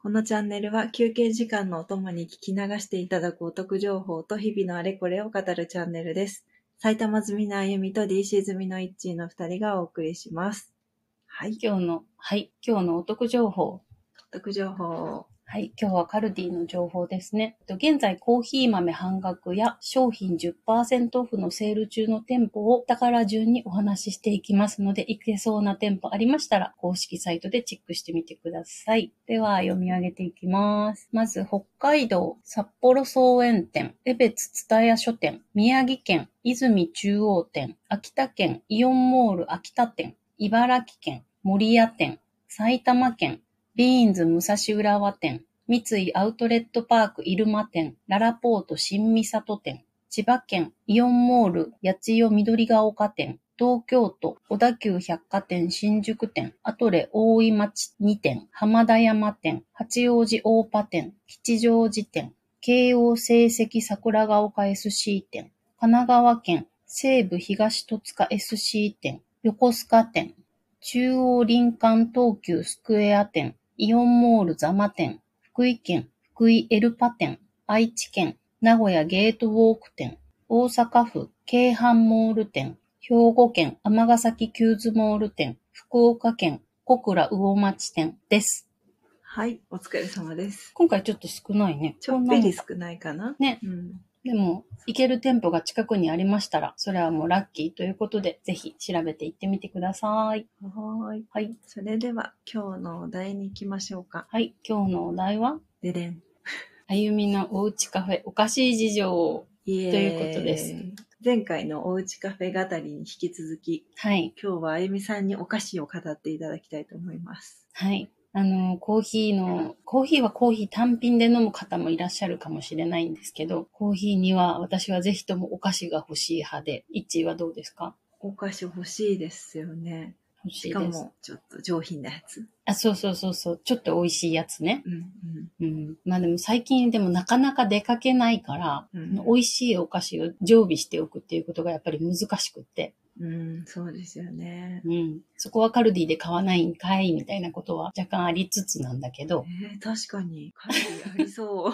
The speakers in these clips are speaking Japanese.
このチャンネルは休憩時間のお供に聞き流していただくお得情報と日々のあれこれを語るチャンネルです。埼玉済みのあゆみと DC 済みのいっちーの2人がお送りします。はい。 今日のお得情報。 お得情報。 はい、今日はカルディの情報ですね。現在コーヒー豆半額や商品 10% オフのセール中の店舗を宝順にお話ししていきますので、行けそうな店舗ありましたら公式サイトでチェックしてみてください。では読み上げていきます。まず北海道札幌草園店、江別蔦屋書店、宮城県泉中央店、秋田県イオンモール秋田店、茨城県守谷店、埼玉県ビーンズ武蔵浦和店、三井アウトレットパーク入間店、ララポート新三郷店、千葉県イオンモール八千代緑ヶ丘店、東京都小田急百貨店新宿店、アトレ大井町2店、浜田山店、八王子大パ店、吉祥寺店、京王聖蹟桜ヶ丘 SC 店、神奈川県西武東戸塚 SC 店、横須賀店、中央林間東急スクエア店、イオンモール座間店、福井県福井エルパ店、愛知県名古屋ゲートウォーク店、大阪府京阪モール店、兵庫県尼崎キューズモール店、福岡県小倉魚町店です。 はい、お疲れ様です。 今回ちょっと少ないね。 ちょっぴり少ないかな。 ね。でも、行ける店舗が近くにありましたら、それはもうラッキーということで、ぜひ調べて行ってみてください。 はい。それでは、今日のお題に行きましょうか。 はい。今日のお題はででん。 あゆみのおうちカフェおかしい事情ということです。 前回のおうちカフェ語りに引き続き、 はい。 今日はあゆみさんにお菓子を語っていただきたいと思います。 はい。コーヒーはコーヒー単品で飲む方もいらっしゃるかもしれないんですけど、コーヒーには私はぜひともお菓子が欲しい派で、いっちーはどうですか？ お菓子欲しいですよね。 欲しいです。 しかも、ちょっと上品なやつ。 そう。ちょっと美味しいやつね。まあでも最近でもなかなか出かけないから、美味しいお菓子を常備しておくっていうことがやっぱり難しくって。 そうですよね。 そこはカルディで買わないんかいみたいなことは若干ありつつなんだけど。 確かに。カルディありそう。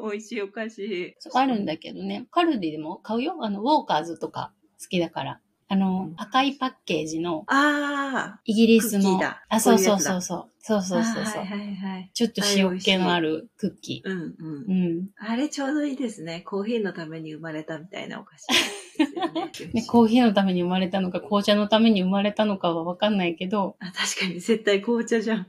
美味しいお菓子。 あるんだけどね。カルディでも買うよ。ウォーカーズとか好きだから。赤いパッケージの、イギリスの、そう。ちょっと塩気のあるクッキー。 あれちょうどいいですね。コーヒーのために生まれたみたいなお菓子ですよね。 コーヒーのために生まれたのか、紅茶のために生まれたのかはわかんないけど。 確かに絶対紅茶じゃん。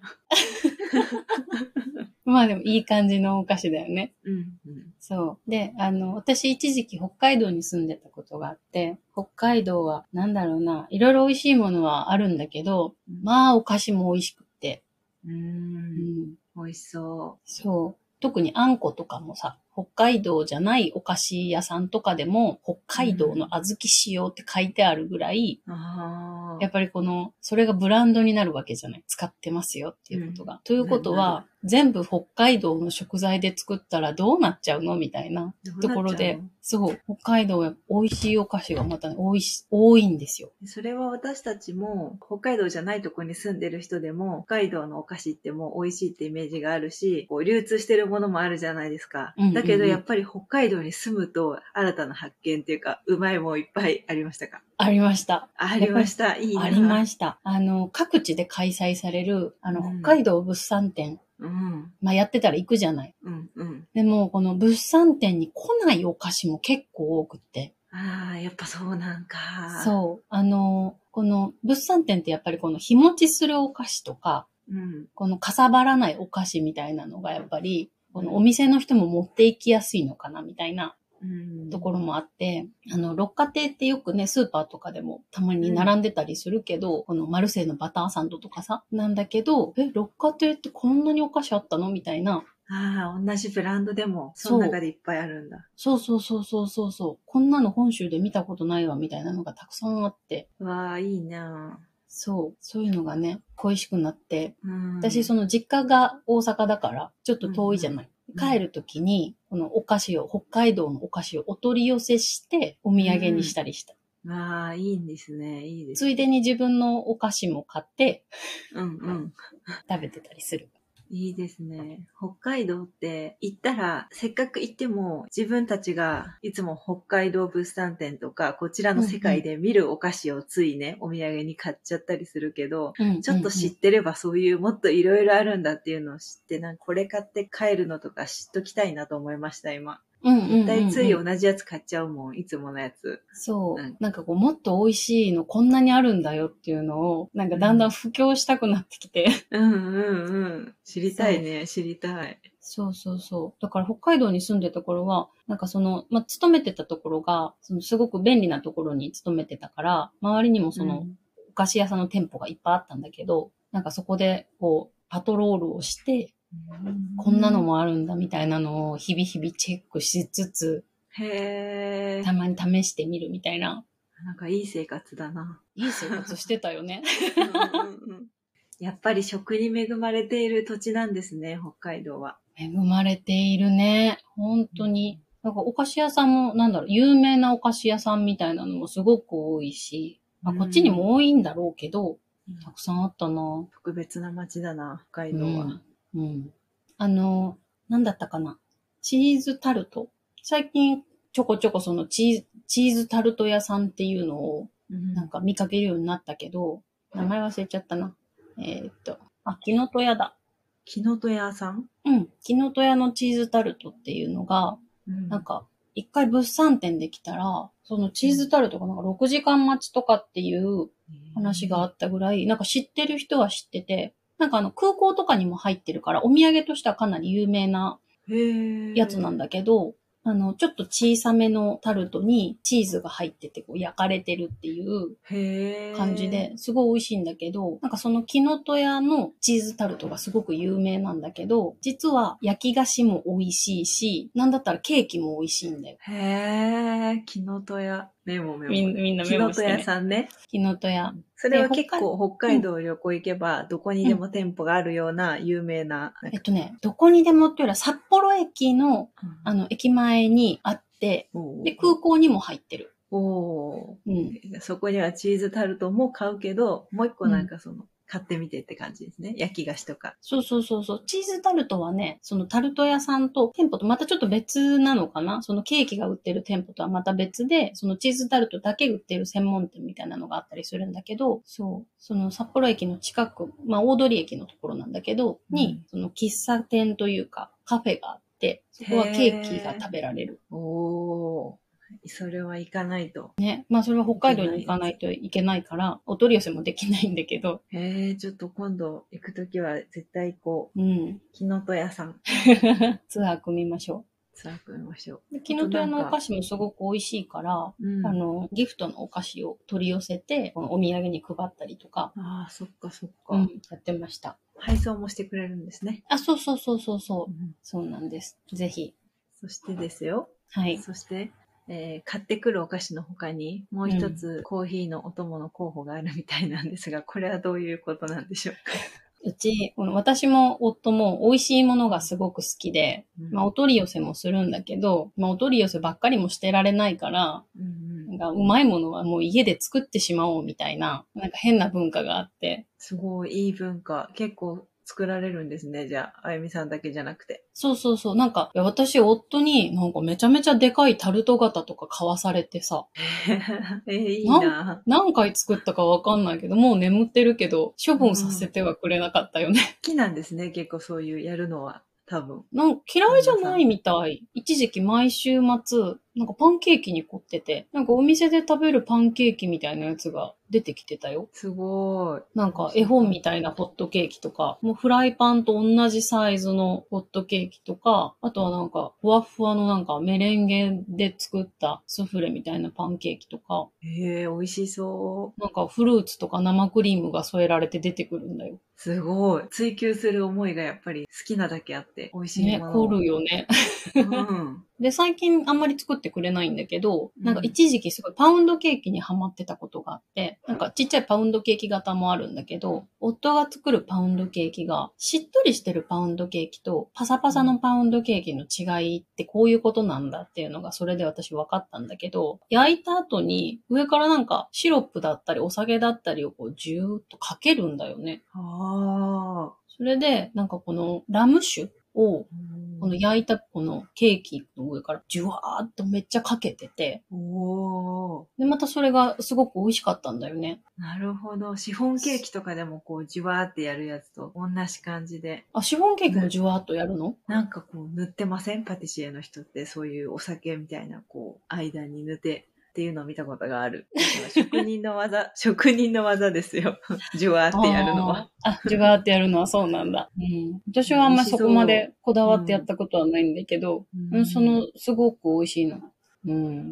まあでもいい感じのお菓子だよね。そう。で、私一時期北海道に住んでたことがあって、北海道はいろいろ美味しいものはあるんだけど、まあお菓子も美味しくって。 美味しそう。 そう。特にあんことかもさ、北海道じゃないお菓子屋さんとかでも、北海道の小豆使用って書いてあるぐらい、やっぱりそれがブランドになるわけじゃない。使ってますよっていうことが。ということは、全部北海道の食材で作ったらどうなっちゃうのみたいなところで、そう、北海道は美味しいお菓子がまたね、多いんですよ。 それは私たちも、北海道じゃないところに住んでる人でも、北海道のお菓子ってもう美味しいってイメージがあるし、流通してるものもあるじゃないですか。だけどやっぱり北海道に住むと、新たな発見っていうか、うまいもんいっぱいありましたか？ ありました。 ありました。いいな。 ありました。各地で開催される、北海道物産展。まあやってたら行くじゃない。でも、この物産展に来ないお菓子も結構多くって。 やっぱそうなんか。 そう。この物産展ってやっぱりこの日持ちするお菓子とか、このかさばらないお菓子みたいなのがやっぱり、このお店の人も持っていきやすいのかなみたいなところもあって、六花亭ってよくね、スーパーとかでもたまに並んでたりするけど、このマルセイのバターサンドとかさ、なんだけど、六花亭ってこんなにお菓子あったのみたいな。 同じブランドでも、その中でいっぱいあるんだ。 そう。こんなの本州で見たことないわ、みたいなのがたくさんあって。 いいなぁ。 そういうのがね、恋しくなって、私その実家が大阪だから、ちょっと遠いじゃない。帰るときに、このお菓子を、北海道のお菓子をお取り寄せして、お土産にしたりした。 いいんですね。いいですね。 ついでに自分のお菓子も買って、食べてたりする。 いいですね。北海道って行ったら、せっかく行っても自分たちがいつも北海道物産展とか、こちらの世界で見るお菓子をついね、お土産に買っちゃったりするけど、ちょっと知ってればそういうもっといろいろあるんだっていうのを知って、これ買って帰るのとか知っときたいなと思いました、今。絶対つい同じやつ買っちゃうもん、いつものやつ。 そう。なんかこう、もっと美味しいのこんなにあるんだよっていうのを、なんかだんだん布教したくなってきて。 知りたいね、知りたい。 そうそうそう。だから北海道に住んでた頃は、なんか勤めてたところが、すごく便利なところに勤めてたから、周りにもお菓子屋さんの店舗がいっぱいあったんだけど、なんかそこで、こう、パトロールをして、こんなのもあるんだみたいなのを日々日々チェックしつつ、たまに試してみるみたいな。 なんかいい生活だな。 いい生活してたよね。 やっぱり食に恵まれている土地なんですね、北海道は。 恵まれているね。本当に。なんかお菓子屋さんも、有名なお菓子屋さんみたいなのもすごく多いし、こっちにも多いんだろうけど、たくさんあったな。 特別な街だな、北海道は。 なんだったかな。チーズタルト。最近ちょこちょこそのチーズタルト屋さんっていうのをなんか見かけるようになったけど、名前忘れちゃったな。木の戸屋だ。 木の戸屋さん？ 木の戸屋のチーズタルトっていうのが、なんか一回物産展できたら、そのチーズタルトがなんか6時間待ちとかっていう話があったぐらい、なんか知ってる人は知ってて、なんか空港とかにも入ってるから、お土産としてはかなり有名なやつなんだけど、ちょっと小さめのタルトにチーズが入ってて、こう焼かれてるっていう感じで、すごい美味しいんだけど、なんかその木の戸屋のチーズタルトがすごく有名なんだけど、実は焼き菓子も美味しいし、なんだったらケーキも美味しいんだよ。 木の戸屋。メモ。 みんなメモしてね。 木の戸屋さんね。 木の戸屋。 それは結構北海道旅行行けば、どこにでも店舗があるような有名な。 どこにでもっていうよりは札幌駅の、駅前にあって、で、空港にも入ってる。 そこにはチーズタルトも買うけど、もう一個買ってみてって感じですね。焼き菓子とか。 そう。チーズタルトはね、そのタルト屋さんと店舗とまたちょっと別なのかな。そのケーキが売ってる店舗とはまた別で、そのチーズタルトだけ売ってる専門店みたいなのがあったりするんだけど、その札幌駅の近く、大通駅のところなんだけど、その喫茶店というかカフェがあって、そこはケーキが食べられる。 それは行かないと。 ね。それは北海道に行かないといけないから、お取り寄せもできないんだけど。 ちょっと今度行くときは絶対行こう。木の戸屋さん。 ツアー組みましょう。木の戸屋のお菓子もすごく美味しいから、ギフトのお菓子を取り寄せて、このお土産に配ったりとか。 そっか。 やってました。 配送もしてくれるんですね。 そう。そうなんです。ぜひ。 そしてですよ。 はい。 そして、買ってくるお菓子の他にもう一つコーヒーのお供の候補があるみたいなんですが、これはどういうことなんでしょうか？ 私も夫も美味しいものがすごく好きで、お取り寄せもするんだけど、お取り寄せばっかりもしてられないから、なんかうまいものはもう家で作ってしまおうみたいな、なんか変な文化があって。 すごいいい文化。結構作られるんですね。じゃあ、あゆみさんだけじゃなくて。 そう。なんか、私、夫になんかめちゃめちゃでかいタルト型とか買わされてさ。 いいな。 何回作ったかわかんないけど、もう眠ってるけど、処分させてはくれなかったよね。 好きなんですね。結構そういうやるのは。多分。 嫌いじゃないみたい。一時期毎週末、なんかパンケーキに凝ってて、なんかお店で食べるパンケーキみたいなやつが出てきてたよ。 すごい。 なんか絵本みたいなホットケーキとか、もうフライパンと同じサイズのホットケーキとか、あとはなんかふわふわのなんかメレンゲで作ったスフレみたいなパンケーキとか。 美味しそう。 なんかフルーツとか生クリームが添えられて出てくるんだよ。 すごい。追求する思いがやっぱり好きなだけあって美味しいもの。 凝るよね。で、最近あんまり作ってくれないんだけど、なんか一時期すごいパウンドケーキにハマってたことがあって、なんかちっちゃいパウンドケーキ型もあるんだけど、夫が作るパウンドケーキが、しっとりしてるパウンドケーキとパサパサのパウンドケーキの違いってこういうことなんだっていうのがそれで私分かったんだけど、焼いた後に上からなんかシロップだったりお酒だったりをこうジューッとかけるんだよね。 それで、なんかこのラム酒を、この焼いたこのケーキの上からジュワーっとめっちゃかけてて、 おー。 で、またそれがすごく美味しかったんだよね。 なるほど。シフォンケーキとかでもこう、じわーってやるやつと同じ感じで。 あ、シフォンケーキもジュワーっとやるの？ なんかこう、塗ってません？パティシエの人って、そういうお酒みたいな、こう、間に塗ってっていうのを見たことがある。職人の技、職人の技ですよ。じわーってやるのは。 ジュワーってやるのはそうなんだ。うん。私はあんまそこまでこだわってやったことはないんだけど、すごく美味しいの。うん。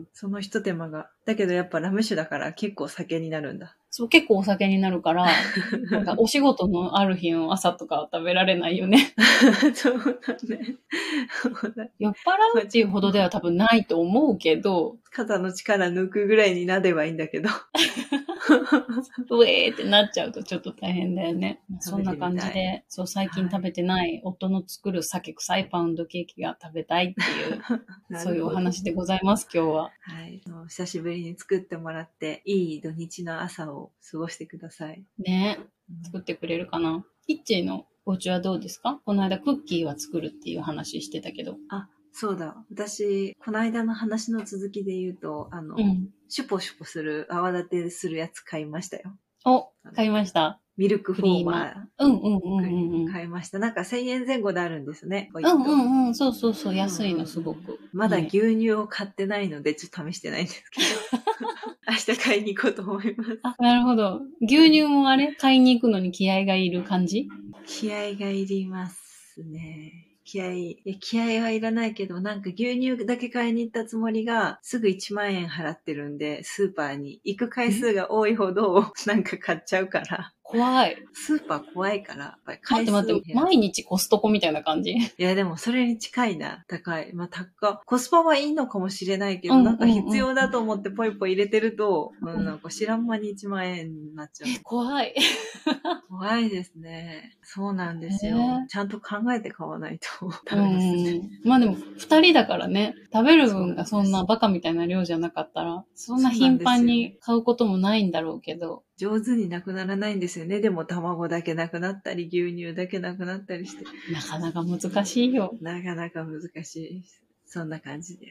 その一手間が。だけどやっぱラム酒だから結構酒になるんだ。 そう、結構お酒になるから、なんかお仕事のある日の朝とかは食べられないよね。 そうだね。 酔っ払うっていうほどでは多分ないと思うけど、 肩の力抜くぐらいになればいいんだけど。 うえーってなっちゃうとちょっと大変だよね。そんな感じで、そう、最近食べてない夫の作る酒臭いパウンドケーキが食べたいっていう、そういうお話でございます、今日は。 はい。久しぶりに作ってもらって、いい土日の朝を過ごしてください。 ね。作ってくれるかな。キッチーのお家はどうですか？この間クッキーは作るっていう話してたけど。 あ、そうだ。私、この間の話の続きで言うと、シュポシュポする、泡立てするやつ買いましたよ。 お、買いました。 ミルクフォーマー。 買いました。なんか1000円前後であるんですね。 そうそうそう、安いのすごく。 まだ牛乳を買ってないので、ちょっと試してないんですけど。明日買いに行こうと思います。 あ、なるほど。牛乳もあれ買いに行くのに気合がいる感じ？ 気合がいりますね。気合はいらないけど、なんか牛乳だけ買いに行ったつもりが、すぐ1万円払ってるんで、スーパーに行く回数が多いほど、なんか買っちゃうから。 怖い。 スーパー怖いから、やっぱり回数待って、毎日コストコみたいな感じ？いや、でもそれに近いな。高い。まあ、コスパはいいのかもしれないけど、なんか必要だと思ってポイポイ入れてると、なんか知らん間に1万円になっちゃう。 怖い。 怖いですね。そうなんですよ。ちゃんと考えて買わないとダメですね。 まあでも、2人だからね、食べる分がそんなバカみたいな量じゃなかったら、そんな頻繁に買うこともないんだろうけど。 上手になくならないんですよね。でも卵だけなくなったり、牛乳だけなくなったりして。 なかなか難しいよ。 なかなか難しい。そんな感じです。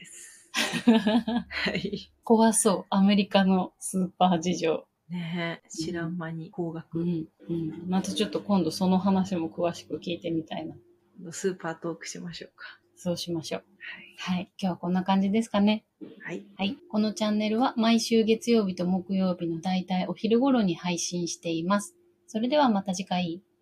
はい。 怖そう。アメリカのスーパー事情。 ねえ、知らん間に高額。 またちょっと今度その話も詳しく聞いてみたいな。 スーパートークしましょうか。 そうしましょう。はい。今日はこんな感じですかね。 はい。 はい。このチャンネルは毎週月曜日と木曜日のだいたいお昼頃に配信しています。それではまた次回。